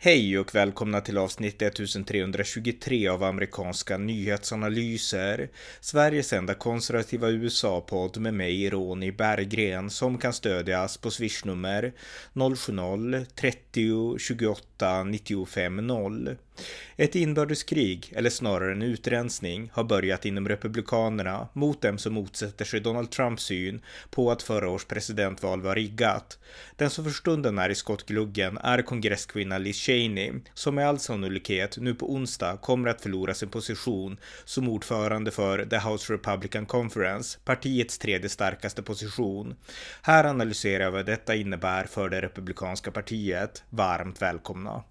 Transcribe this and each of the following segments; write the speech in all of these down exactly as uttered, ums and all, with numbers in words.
Hej och välkomna till avsnitt ettusentrehundratjugotre av amerikanska nyhetsanalyser. Sveriges enda konservativa U S A-podd med mig, Ronny Berggren, som kan stödjas på swishnummer noll sju noll trettio tjugoåtta nittiofem noll. Ett inbördeskrig, eller snarare en utrensning, har börjat inom republikanerna mot dem som motsätter sig Donald Trumps syn på att förra års presidentval var riggat. Den som för stunden är i skottgluggen är kongresskvinna Liz Cheney, som med all sannolikhet nu på onsdag kommer att förlora sin position som ordförande för The House Republican Conference, partiets tredje starkaste position. Här analyserar jag vad detta innebär för det republikanska partiet. Varmt välkomna!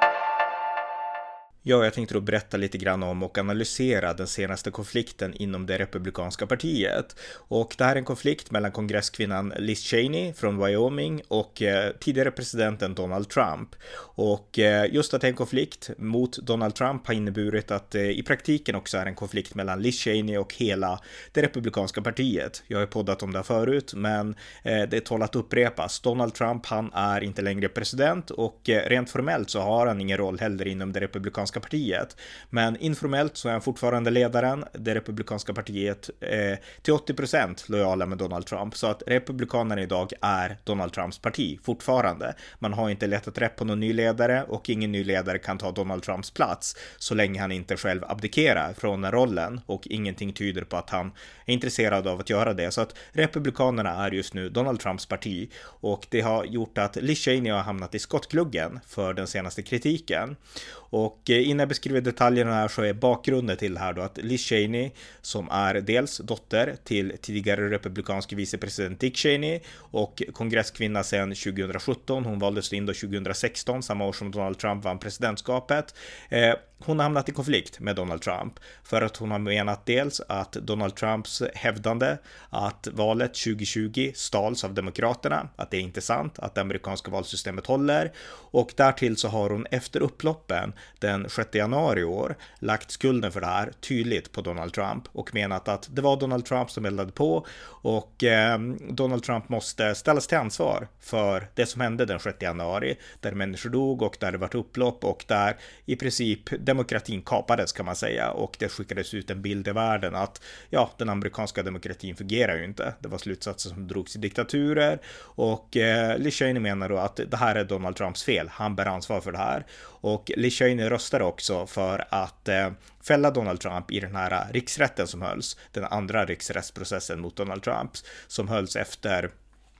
Ja, jag tänkte då berätta lite grann om och analysera den senaste konflikten inom det republikanska partiet. Och det här är en konflikt mellan kongresskvinnan Liz Cheney från Wyoming och eh, tidigare presidenten Donald Trump. Och eh, just att det är en konflikt mot Donald Trump har inneburit att det eh, i praktiken också är en konflikt mellan Liz Cheney och hela det republikanska partiet. Jag har poddat om det förut, men eh, det tål att upprepas. Donald Trump, han är inte längre president och eh, rent formellt så har han ingen roll heller inom det republikanska partiet. Men informellt så är han fortfarande ledaren. Det republikanska partiet eh, till åttio procent lojala med Donald Trump. Så att republikanerna idag är Donald Trumps parti fortfarande. Man har inte letat rätt på någon ny ledare och ingen ny ledare kan ta Donald Trumps plats så länge han inte själv abdikerar från den rollen, och ingenting tyder på att han är intresserad av att göra det. Så att republikanerna är just nu Donald Trumps parti, och det har gjort att Liz Cheney har hamnat i skottgluggen för den senaste kritiken. Och innan jag beskriver detaljerna här så är bakgrunden till det här då att Liz Cheney, som är dels dotter till tidigare republikanske vicepresident Dick Cheney och kongresskvinna sedan tjugohundrasjutton, hon valdes in då tjugohundrasexton, samma år som Donald Trump vann presidentskapet. Eh, hon har hamnat i konflikt med Donald Trump för att hon har menat dels att Donald Trumps hävdande att valet tjugohundratjugo stals av demokraterna, att det är inte sant, att det amerikanska valsystemet håller, och därtill så har hon efter upploppen den sjätte januari i år lagt skulden för det här tydligt på Donald Trump och menat att det var Donald Trump som eldade på, och eh, Donald Trump måste ställas till ansvar för det som hände den sjätte januari, där människor dog och där det var upplopp och där i princip demokratin kapades, kan man säga, och det skickades ut en bild i världen att ja, den amerikanska demokratin fungerar ju inte. Det var slutsatser som drogs i diktaturer, och eh, Liz Cheney menar då att det här är Donald Trumps fel, han bär ansvar för det här. Och Liz Cheney röstade också för att eh, fälla Donald Trump i den här riksrätten som hölls, den andra riksrättsprocessen mot Donald Trump som hölls efter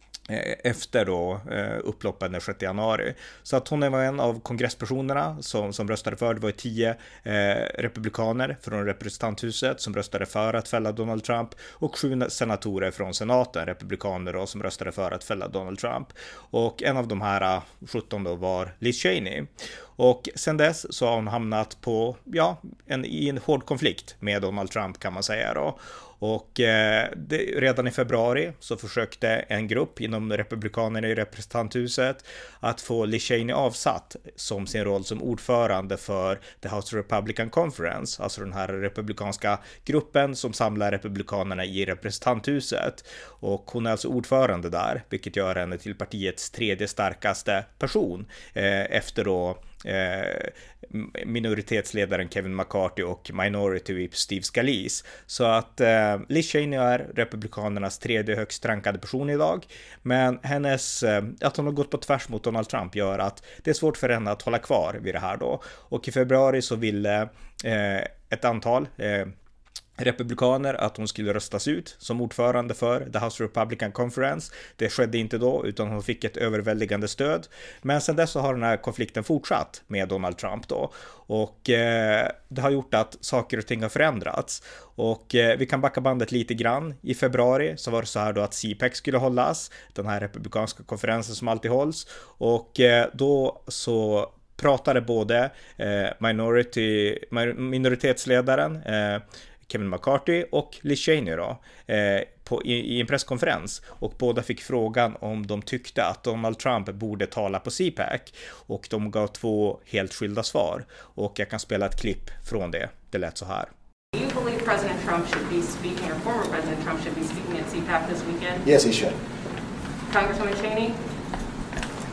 efter då eh, upploppen den sjätte januari. Så att hon var en av kongresspersonerna som, som röstade för. Det var tio eh, republikaner från representanthuset som röstade för att fälla Donald Trump, och sju senatorer från senaten, republikaner då, som röstade för att fälla Donald Trump. Och en av de här sjutton då var Liz Cheney. Och sen dess så har hon hamnat på, ja, en, i en hård konflikt med Donald Trump, kan man säga då. Och eh, det, redan i februari så försökte en grupp inom republikanerna i representanthuset att få Liz Cheney avsatt som sin roll som ordförande för The House Republican Conference, alltså den här republikanska gruppen som samlar republikanerna i representanthuset. Och hon är alltså ordförande där, vilket gör henne till partiets tredje starkaste person eh, efter då Eh, minoritetsledaren Kevin McCarthy och Minority Whip Steve Scalise. Så att eh, Liz Cheney är republikanernas tredje högst rankade person idag, men hennes, eh, att hon har gått på tvärs mot Donald Trump gör att det är svårt för henne att hålla kvar vid det här då. Och i februari så ville eh, ett antal eh, republikaner att hon skulle röstas ut som ordförande för The House Republican Conference. Det skedde inte då, utan hon fick ett överväldigande stöd. Men sen dess så har den här konflikten fortsatt med Donald Trump då. Och eh, det har gjort att saker och ting har förändrats. Och eh, vi kan backa bandet lite grann. I februari så var det så här då att C PAC skulle hållas, den här republikanska konferensen som alltid hålls. Och eh, då så pratade både eh, minority, minoritetsledaren eh, Kevin McCarthy och Liz Cheney då, eh, på, i, i en presskonferens, och båda fick frågan om de tyckte att Donald Trump borde tala på C PAC, och de gav två helt skilda svar, och jag kan spela ett klipp från det. Det lät så här. Do you believe President Trump should be speaking, or former President Trump should be speaking at C PAC this weekend? Yes, he should. Congresswoman Cheney?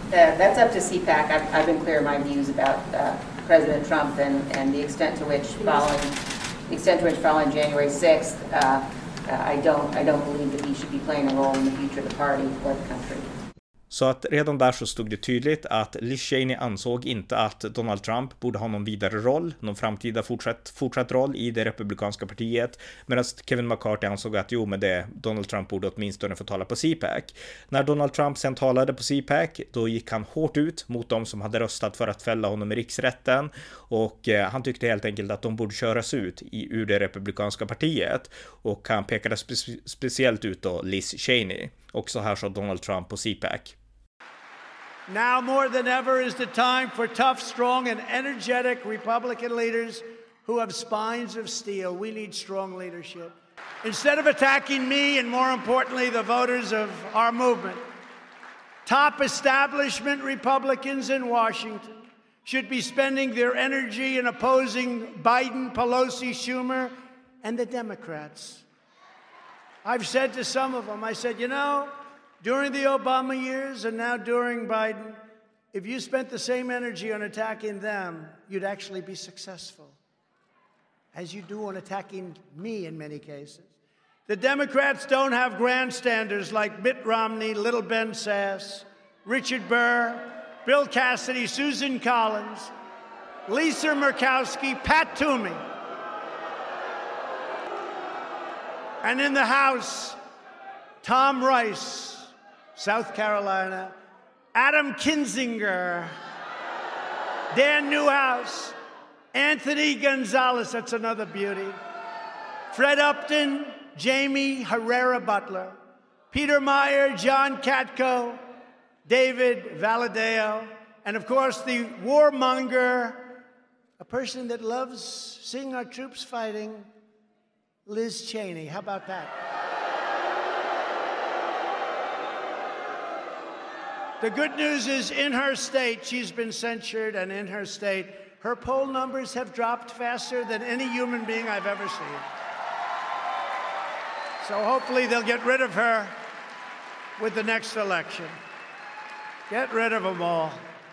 Uh, that's up to C PAC. I've, I've been clear in my views about uh, President Trump and, and the extent to which following the extent to which following January sixth, uh, uh, I don't I don't believe that he should be playing a role in the future of the party or the country. Så att redan där så stod det tydligt att Liz Cheney ansåg inte att Donald Trump borde ha någon vidare roll, någon framtida fortsatt, fortsatt roll i det republikanska partiet, medan Kevin McCarthy ansåg att jo, men det, Donald Trump borde åtminstone få tala på C PAC. När Donald Trump sen talade på C PAC, då gick han hårt ut mot de som hade röstat för att fälla honom i riksrätten, och eh, han tyckte helt enkelt att de borde köras ut i, ur det republikanska partiet, och han pekade spe- speciellt ut då Liz Cheney. Och så här sa Donald Trump på C PAC. Now more than ever is the time for tough, strong, and energetic Republican leaders who have spines of steel. We need strong leadership. Instead of attacking me and, more importantly, the voters of our movement, top establishment Republicans in Washington should be spending their energy in opposing Biden, Pelosi, Schumer, and the Democrats. I've said to some of them, I said, you know, during the Obama years and now during Biden, if you spent the same energy on attacking them, you'd actually be successful, as you do on attacking me in many cases. The Democrats don't have grandstanders like Mitt Romney, Little Ben Sass, Richard Burr, Bill Cassidy, Susan Collins, Lisa Murkowski, Pat Toomey. And in the House, Tom Rice, South Carolina, Adam Kinzinger, Dan Newhouse, Anthony Gonzalez, that's another beauty, Fred Upton, Jamie Herrera Butler, Peter Meyer, John Katko, David Valadeo, and of course the warmonger, a person that loves seeing our troops fighting, Liz Cheney. How about that? The good news is in her state, she's been censured, and in her state, her poll numbers have dropped faster than any human being I've ever seen. So hopefully they'll get rid of her with the next election. Get rid of them all.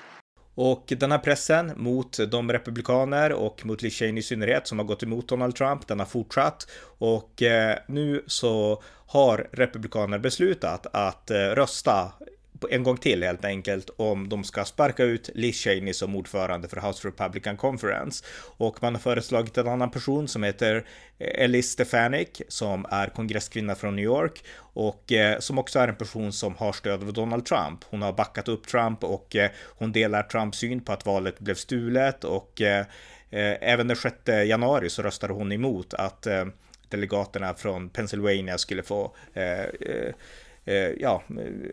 Och den här pressen mot de republikaner och mot Liz Cheney i synnerhet som har gått emot Donald Trump, den har fortsatt, och eh, nu så har republikaner beslutat att eh, rösta en gång till helt enkelt om de ska sparka ut Liz Cheney som ordförande för House Republican Conference, och man har föreslagit en annan person som heter Elise Stefanik som är kongresskvinna från New York och eh, som också är en person som har stöd av Donald Trump. Hon har backat upp Trump och eh, hon delar Trumps syn på att valet blev stulet, och eh, även den sjätte januari så röstade hon emot att eh, delegaterna från Pennsylvania skulle få eh, eh, ja,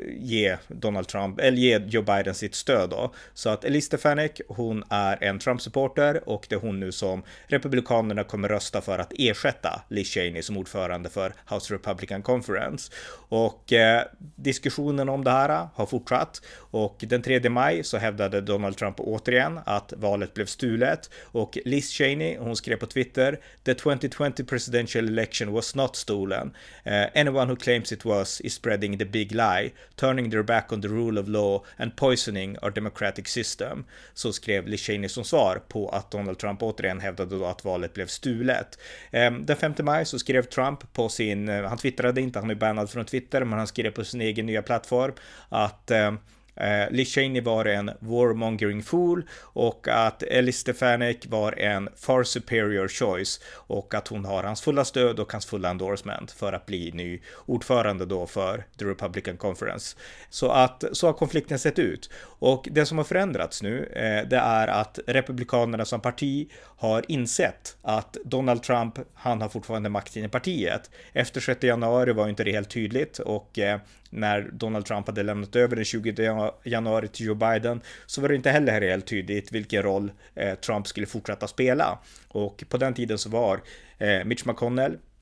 ge Donald Trump eller ge Joe Biden sitt stöd då. Så att Elise Stefanik, hon är en Trump-supporter, och det är hon nu som republikanerna kommer rösta för att ersätta Liz Cheney som ordförande för House Republican Conference. Och eh, diskussionen om det här har fortsatt, och den tredje maj så hävdade Donald Trump återigen att valet blev stulet, och Liz Cheney, hon skrev på Twitter: "The twenty twenty presidential election was not stolen. Uh, anyone who claims it was is spreading the big lie, turning their back on the rule of law and poisoning our democratic system." Så skrev Liz Cheney som svar på att Donald Trump återigen hävdade då att valet blev stulet. Den femte maj så skrev Trump på sin, han twittrade inte, han är bannad från Twitter, men han skrev på sin egen nya plattform att Uh, Liz Cheney var en warmongering fool, och att Elise Stefanik var en far superior choice, och att hon har hans fulla stöd och hans fulla endorsement för att bli ny ordförande då för The Republican Conference. Så att så har konflikten sett ut, och det som har förändrats nu eh, det är att republikanerna som parti har insett att Donald Trump, han har fortfarande makten i partiet. Efter sjätte januari var inte det helt tydligt, och eh, när Donald Trump hade lämnat över den tjugonde januari till Joe Biden så var det inte heller helt tydligt vilken roll eh, Trump skulle fortsätta spela. Och på den tiden så var eh, Mitch McConnell,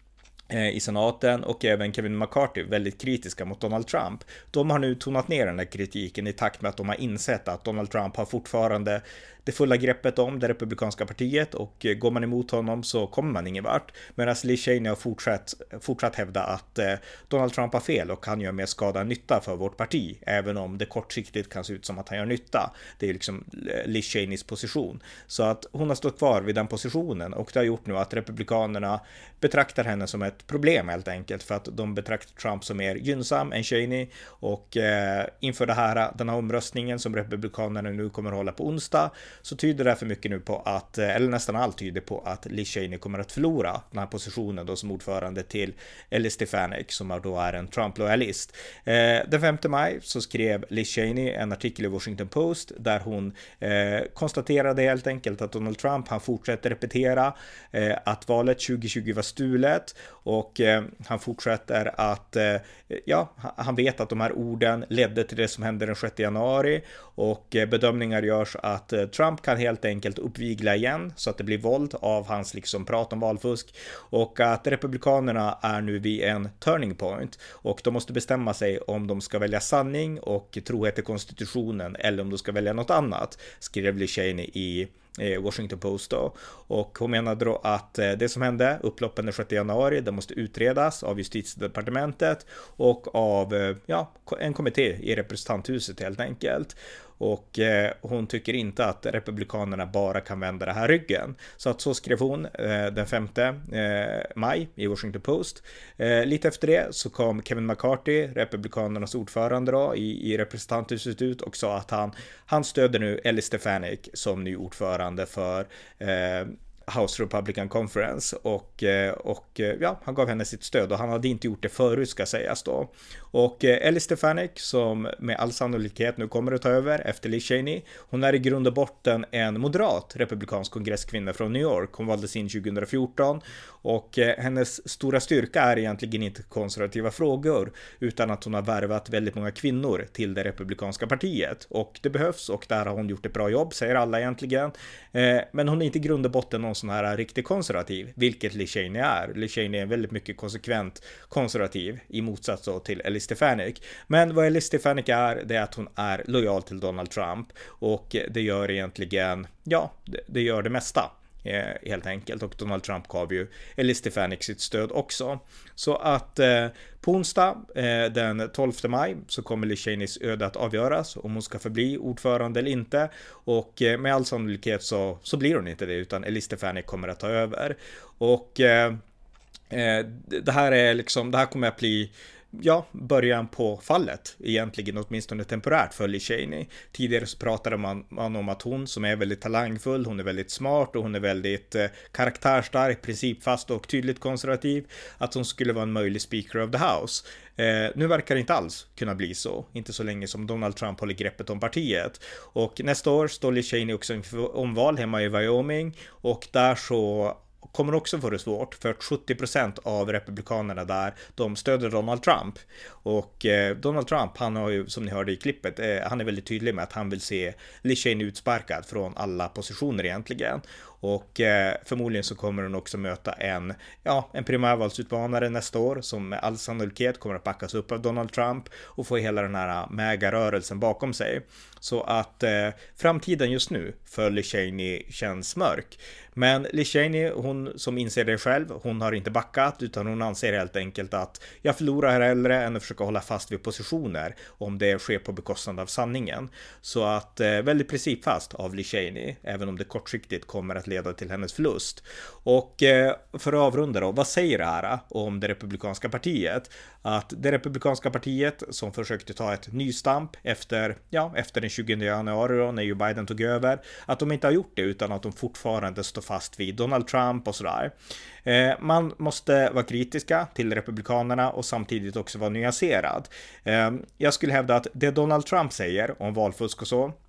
i senaten och även Kevin McCarthy väldigt kritiska mot Donald Trump. De har nu tonat ner den här kritiken i takt med att de har insett att Donald Trump har fortfarande det fulla greppet om det republikanska partiet och går man emot honom så kommer man ingen vart. Medan Liz Cheney har fortsatt, fortsatt hävda att eh, Donald Trump har fel och han gör mer skada än nytta för vårt parti, även om det kortsiktigt kan se ut som att han gör nytta. Det är liksom Liz Cheneys position. Så att hon har stått kvar vid den positionen och det har gjort nu att republikanerna betraktar henne som ett problem helt enkelt, för att de betraktar Trump som mer gynnsam än Cheney och eh, inför det här, den här omröstningen som republikanerna nu kommer att hålla på onsdag, så tyder det för mycket nu på att, eller nästan allt tyder på att Liz Cheney kommer att förlora den här positionen då som ordförande till Ellie Stefanik som då är en Trump-lojalist. Eh, den femte maj så skrev Liz Cheney en artikel i Washington Post där hon eh, konstaterade helt enkelt att Donald Trump, han fortsätter repetera eh, att valet tjugo tjugo var stulet och eh, han fortsätter att eh, ja, han vet att de här orden ledde till det som hände den sjätte januari och eh, bedömningar görs att eh, Trump kan helt enkelt uppvigla igen så att det blir våld av hans liksom prat om valfusk och att republikanerna är nu vid en turning point och de måste bestämma sig om de ska välja sanning och trohet till konstitutionen eller om de ska välja något annat, skrev Liz Cheney i Washington Post då. Och hon menade då att det som hände, upploppen den sjätte januari, det måste utredas av justitiedepartementet och av ja, en kommitté i representanthuset helt enkelt. Och eh, hon tycker inte att republikanerna bara kan vända det här ryggen. Så att så skrev hon eh, den femte eh, maj i Washington Post. Eh, lite efter det så kom Kevin McCarthy, republikanernas ordförande då, i, i representanthuset ut och sa att han, han stöder nu Ellie Stefanik som ny ordförande för eh, House Republican Conference och, och ja, han gav henne sitt stöd och han hade inte gjort det förut ska sägas då. Och Ellie Stefanik som med all sannolikhet nu kommer att ta över efter Liz Cheney, hon är i grund och botten en moderat republikansk kongresskvinna från New York. Hon valdes in tjugo fjorton och hennes stora styrka är egentligen inte konservativa frågor utan att hon har värvat väldigt många kvinnor till det republikanska partiet och det behövs och där har hon gjort ett bra jobb säger alla egentligen. Men hon är inte i grund och botten någon sån här riktigt konservativ, vilket Liz Cheney är. Liz Cheney är väldigt mycket konsekvent konservativ i motsats då till Ellie Stefanik. Men vad Ellie Stefanik är, det är att hon är lojal till Donald Trump och det gör egentligen, ja, det, det gör det mesta. Helt enkelt och Donald Trump gav ju Ellie Stefanik sitt stöd också. Så att eh, på onsdag eh, den tolfte maj så kommer Liz Cheneys öde att avgöras om hon ska förbli ordförande eller inte och eh, med all sannolikhet så, så blir hon inte det utan Ellie Stefanik kommer att ta över och eh, eh, det här är liksom, det här kommer att bli ja, början på fallet egentligen åtminstone temporärt för Liz Cheney. Tidigare så pratade man, man om att hon som är väldigt talangfull, hon är väldigt smart och hon är väldigt eh, karaktärstark, principfast och tydligt konservativ, att hon skulle vara en möjlig speaker of the house. Eh, nu verkar det inte alls kunna bli så, inte så länge som Donald Trump håller greppet om partiet. Och nästa år står Liz Cheney också inför omval hemma i Wyoming och där så kommer också få det svårt för att sjuttio procent av republikanerna där, de stöder Donald Trump och eh, Donald Trump, han har ju som ni hörde i klippet, eh, han är väldigt tydlig med att han vill se Liz Cheney utsparkad från alla positioner egentligen och eh, förmodligen så kommer hon också möta en, ja, en primärvalsutmanare nästa år som med all sannolikhet kommer att backas upp av Donald Trump och få hela den här MAGA-rörelsen bakom sig. Så att eh, framtiden just nu för Liz Cheney känns mörk. Men Liz Cheney, hon som inser det själv, hon har inte backat utan hon anser helt enkelt att jag förlorar hellre än att försöka hålla fast vid positioner om det sker på bekostnad av sanningen. Så att eh, väldigt principfast av Liz Cheney, även om det kortsiktigt kommer att leda till hennes förlust. Och eh, för att avrunda då, vad säger det här om det republikanska partiet? Att det republikanska partiet som försökte ta ett nystamp efter, ja, efter den tjugonde januari då, när ju Biden tog över, att de inte har gjort det utan att de fortfarande står fast vid Donald Trump och sådär. Eh, man måste vara kritiska till republikanerna och samtidigt också vara nyanserad. Eh, jag skulle hävda att det Donald Trump säger om valfusk och så,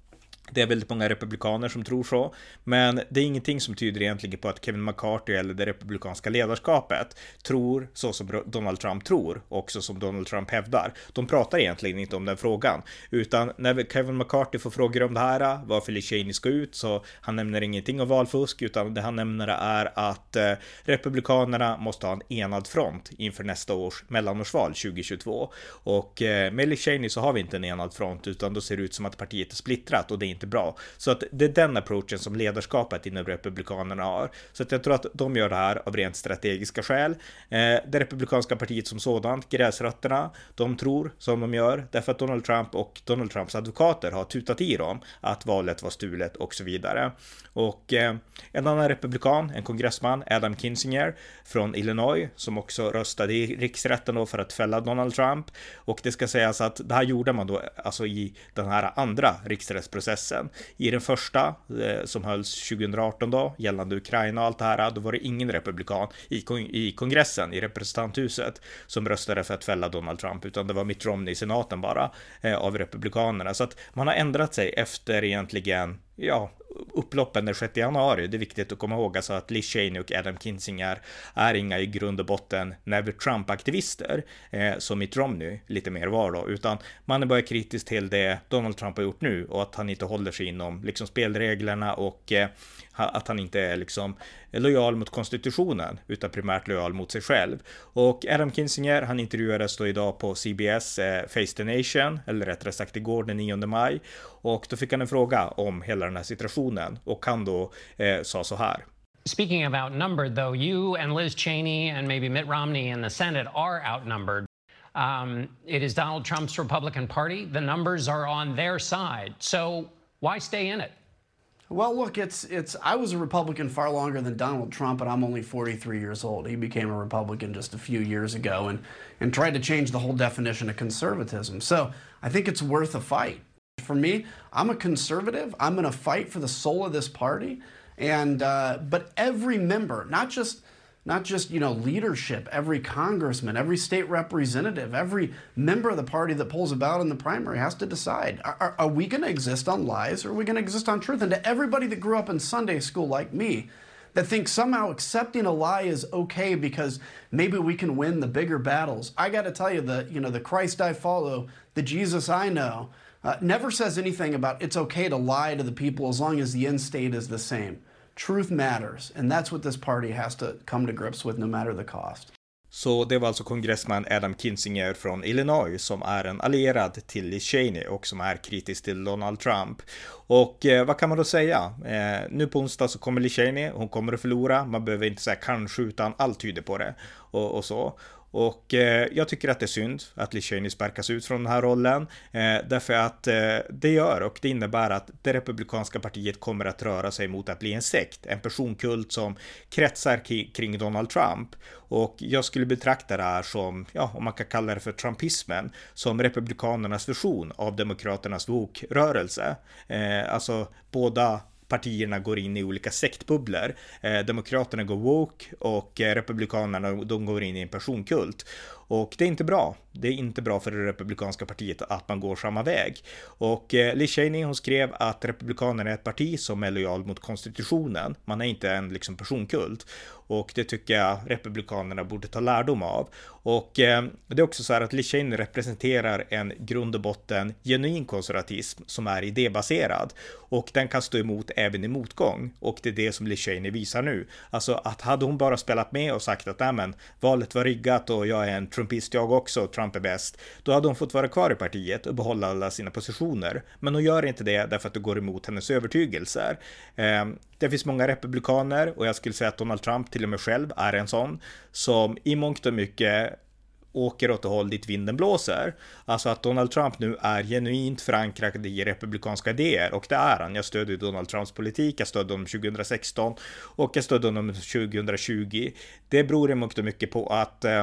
Det är väldigt många republikaner som tror så, men det är ingenting som tyder egentligen på att Kevin McCarthy eller det republikanska ledarskapet tror så som Donald Trump tror, också som Donald Trump hävdar. De pratar egentligen inte om den frågan, utan när Kevin McCarthy får frågor om det här, varför Liz Cheney ska ut, så han nämner ingenting om valfusk, utan det han nämner är att eh, republikanerna måste ha en enad front inför nästa års mellanårsval tjugohundratjugotvå. Och eh, med Liz Cheney så har vi inte en enad front, utan då ser det ut som att partiet är splittrat, och det är inte bra. Så att det är den approachen som ledarskapet inom republikanerna har. Så att jag tror att de gör det här av rent strategiska skäl. Eh, det republikanska partiet som sådant, gräsrötterna, de tror som de gör därför att Donald Trump och Donald Trumps advokater har tutat i dem att valet var stulet och så vidare. Och eh, en annan republikan, en kongressman, Adam Kinzinger från Illinois, som också röstade i riksrätten då för att fälla Donald Trump. Och det ska sägas att det här gjorde man då alltså i den här andra riksrättsprocessen. I den första eh, som hölls tjugohundraarton då, gällande Ukraina och allt det här, då var det ingen republikan i, kong- i kongressen, i representanthuset, som röstade för att fälla Donald Trump, utan det var Mitt Romney i senaten bara eh, av republikanerna. Så att man har ändrat sig efter egentligen, ja, upploppen den sjätte januari. Det är viktigt att komma ihåg alltså att Liz Cheney och Adam Kinzinger är inga i grund och botten Never Trump-aktivister eh, som Mitt Romney lite mer var då, utan man är bara kritisk till det Donald Trump har gjort nu och att han inte håller sig inom liksom spelreglerna och eh, att han inte är liksom lojal mot konstitutionen utan primärt lojal mot sig själv. Och Adam Kinzinger, han intervjuades då idag på C B S eh, Face the Nation, eller rättare sagt igår den nionde maj, och då fick han en fråga om hela den här situationen och han då eh, sa så här. Speaking of outnumbered, though, you and Liz Cheney and maybe Mitt Romney in the Senate are outnumbered. Um, it is Donald Trump's Republican Party. The numbers are on their side. So why stay in it? Well, look, it's it's. I was a Republican far longer than Donald Trump, and I'm only forty-three years old. He became a Republican just a few years ago, and and tried to change the whole definition of conservatism. So I think it's worth a fight. For me, I'm a conservative. I'm going to fight for the soul of this party, and uh, but every member, not just. Not just, you know, leadership, every congressman, every state representative, every member of the party that pulls a ballot in the primary has to decide, are, are, are we going to exist on lies or are we going to exist on truth? And to everybody that grew up in Sunday school like me, that thinks somehow accepting a lie is okay because maybe we can win the bigger battles. I got to tell you, the, you know, the Christ I follow, the Jesus I know, uh, never says anything about it's okay to lie to the people as long as the end state is the same. Truth matters, and that's what this party has to come to grips with no matter the cost. Så det var alltså kongressman Adam Kinzinger från Illinois som är en allierad till Liz Cheney och som är kritisk till Donald Trump. Och eh, vad kan man då säga? Eh, nu på onsdag så kommer Liz Cheney, hon kommer att förlora. Man behöver inte säga kanske, utan allt tyder på det och, och så. Och eh, jag tycker att det är synd att Liz Cheney sparkas ut från den här rollen eh, därför att eh, det gör och det innebär att det republikanska partiet kommer att röra sig mot att bli en sekt, en personkult som kretsar k- kring Donald Trump. Och jag skulle betrakta det här som, ja, om man kan kalla det för trumpismen, som republikanernas version av demokraternas woke-rörelse. Eh, alltså båda partierna går in i olika sektbubblor. Eh, Demokraterna går woke och eh, republikanerna de går in i en personkult. Och det är inte bra. Det är inte bra för det republikanska partiet att man går samma väg. Och eh, Liz Cheney, hon skrev att republikanerna är ett parti som är lojal mot konstitutionen. Man är inte en liksom personkult. Och det tycker jag republikanerna borde ta lärdom av. Och eh, det är också så här att Liz Cheney representerar en grund och botten genuin konservatism som är idébaserad. Och den kan stå emot även i motgång. Och det är det som Liz Cheney visar nu. Alltså att hade hon bara spelat med och sagt att nej men, valet var riggat och jag är en trumpist jag också, Trump är bäst, då hade hon fått vara kvar i partiet och behålla alla sina positioner. Men hon gör inte det därför att det går emot hennes övertygelser. Eh, det finns många republikaner och jag skulle säga att Donald Trump till och med själv är en sån som i mångt och mycket åker åt det håll dit vinden blåser. Alltså att Donald Trump nu är genuint förankrad i republikanska idéer, och det är han. Jag stödde Donald Trumps politik, jag stödde honom tjugohundrasexton och jag stödde honom tjugohundratjugo. Det beror i mångt och mycket på att eh,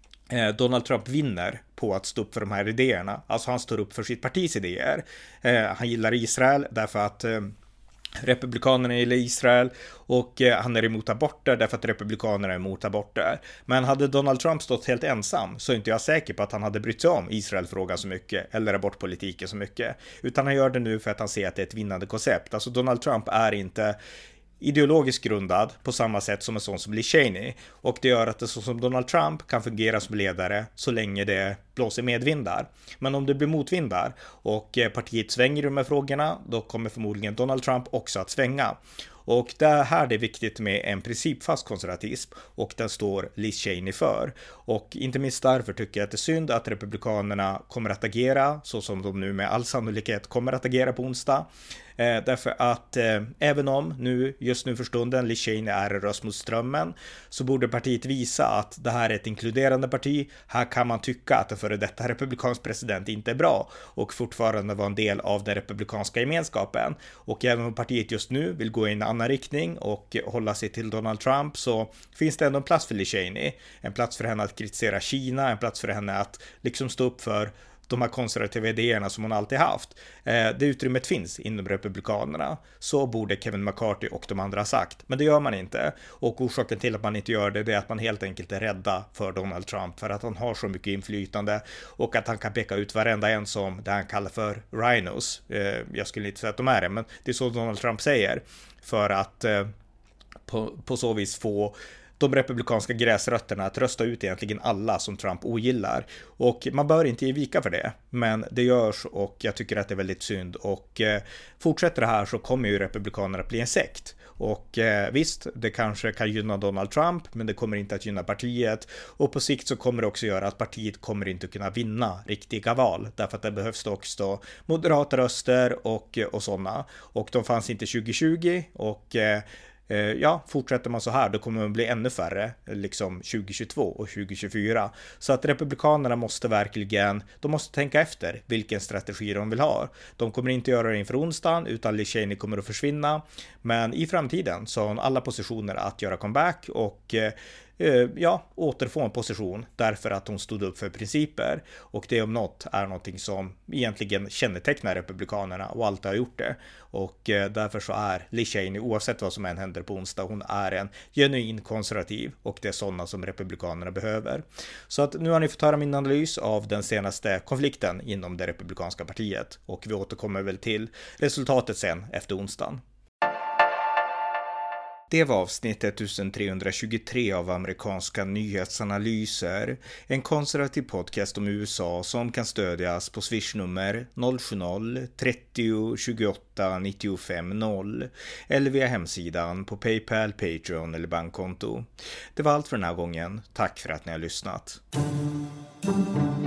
Donald Trump vinner på att stå upp för de här idéerna. Alltså han står upp för sitt partis idéer. Eh, han gillar Israel därför att eh, Republikanerna gillar Israel och han är emot aborter därför att republikanerna är emot aborter. Men hade Donald Trump stått helt ensam så är inte jag säker på att han hade brytt sig om Israelfrågan så mycket eller abortpolitiken så mycket. Utan han gör det nu för att han ser att det är ett vinnande koncept. Alltså Donald Trump är inte ideologiskt grundad på samma sätt som en sån som Liz Cheney, och det gör att det så som Donald Trump kan fungera som ledare så länge det blåser medvindar. Men om det blir motvindar och partiet svänger i de här frågorna, då kommer förmodligen Donald Trump också att svänga. Och det här det är viktigt med en principfast konservatism, och den står Liz Cheney för. Och inte minst därför tycker jag att det är synd att republikanerna kommer att agera så som de nu med all sannolikhet kommer att agera på onsdag. Eh, därför att eh, även om nu just nu för stunden Liz Cheney är en röst mot strömmen, så borde partiet visa att det här är ett inkluderande parti. Här kan man tycka att en före detta republikansk president inte är bra och fortfarande vara en del av den republikanska gemenskapen. Och även om partiet just nu vill gå i en annan riktning och hålla sig till Donald Trump, så finns det ändå en plats för Liz Cheney. En plats för henne att kritisera Kina, en plats för henne att liksom stå upp för de här konservativa idéerna som hon alltid haft. Eh, det utrymmet finns inom republikanerna. Så borde Kevin McCarthy och de andra ha sagt. Men det gör man inte. Och orsaken till att man inte gör det, det är att man helt enkelt är rädda för Donald Trump. För att han har så mycket inflytande och att han kan peka ut varenda en som det han kallar för rhinos. Eh, jag skulle inte säga att de är det, men det är så Donald Trump säger. För att eh, på, på så vis få de republikanska gräsrötterna att rösta ut egentligen alla som Trump ogillar. Och man bör inte ge vika för det, men det görs, och jag tycker att det är väldigt synd. Och eh, fortsätter det här så kommer ju republikanerna att bli en sekt. Och eh, visst, det kanske kan gynna Donald Trump, men det kommer inte att gynna partiet. Och på sikt så kommer det också göra att partiet kommer inte kunna vinna riktiga val. Därför att det behövs också moderata röster och, och sådana. Och de fanns inte tjugo tjugo, och eh, ja, fortsätter man så här då kommer man bli ännu färre liksom tjugo tjugotvå och tjugo tjugofyra. Så att republikanerna måste verkligen, de måste tänka efter vilken strategi de vill ha. De kommer inte göra det inför onsdagen, utan Liz Cheney kommer att försvinna. Men i framtiden så har hon alla positioner att göra comeback och ja, återfå en position därför att hon stod upp för principer, och det om något är någonting som egentligen kännetecknar republikanerna och alltid har gjort det. Och därför så är Liz Cheney, oavsett vad som än händer på onsdag, hon är en genuin konservativ, och det är sådana som republikanerna behöver. Så att nu har ni fått höra min analys av den senaste konflikten inom det republikanska partiet, och vi återkommer väl till resultatet sen efter onsdagen. Det var avsnitt ettusentrehundratjugotre av amerikanska nyhetsanalyser, en konservativ podcast om U S A som kan stödjas på swishnummer noll sju noll trettio tjugoåtta nittiofem noll eller via hemsidan på PayPal, Patreon eller bankkonto. Det var allt för den här gången. Tack för att ni har lyssnat.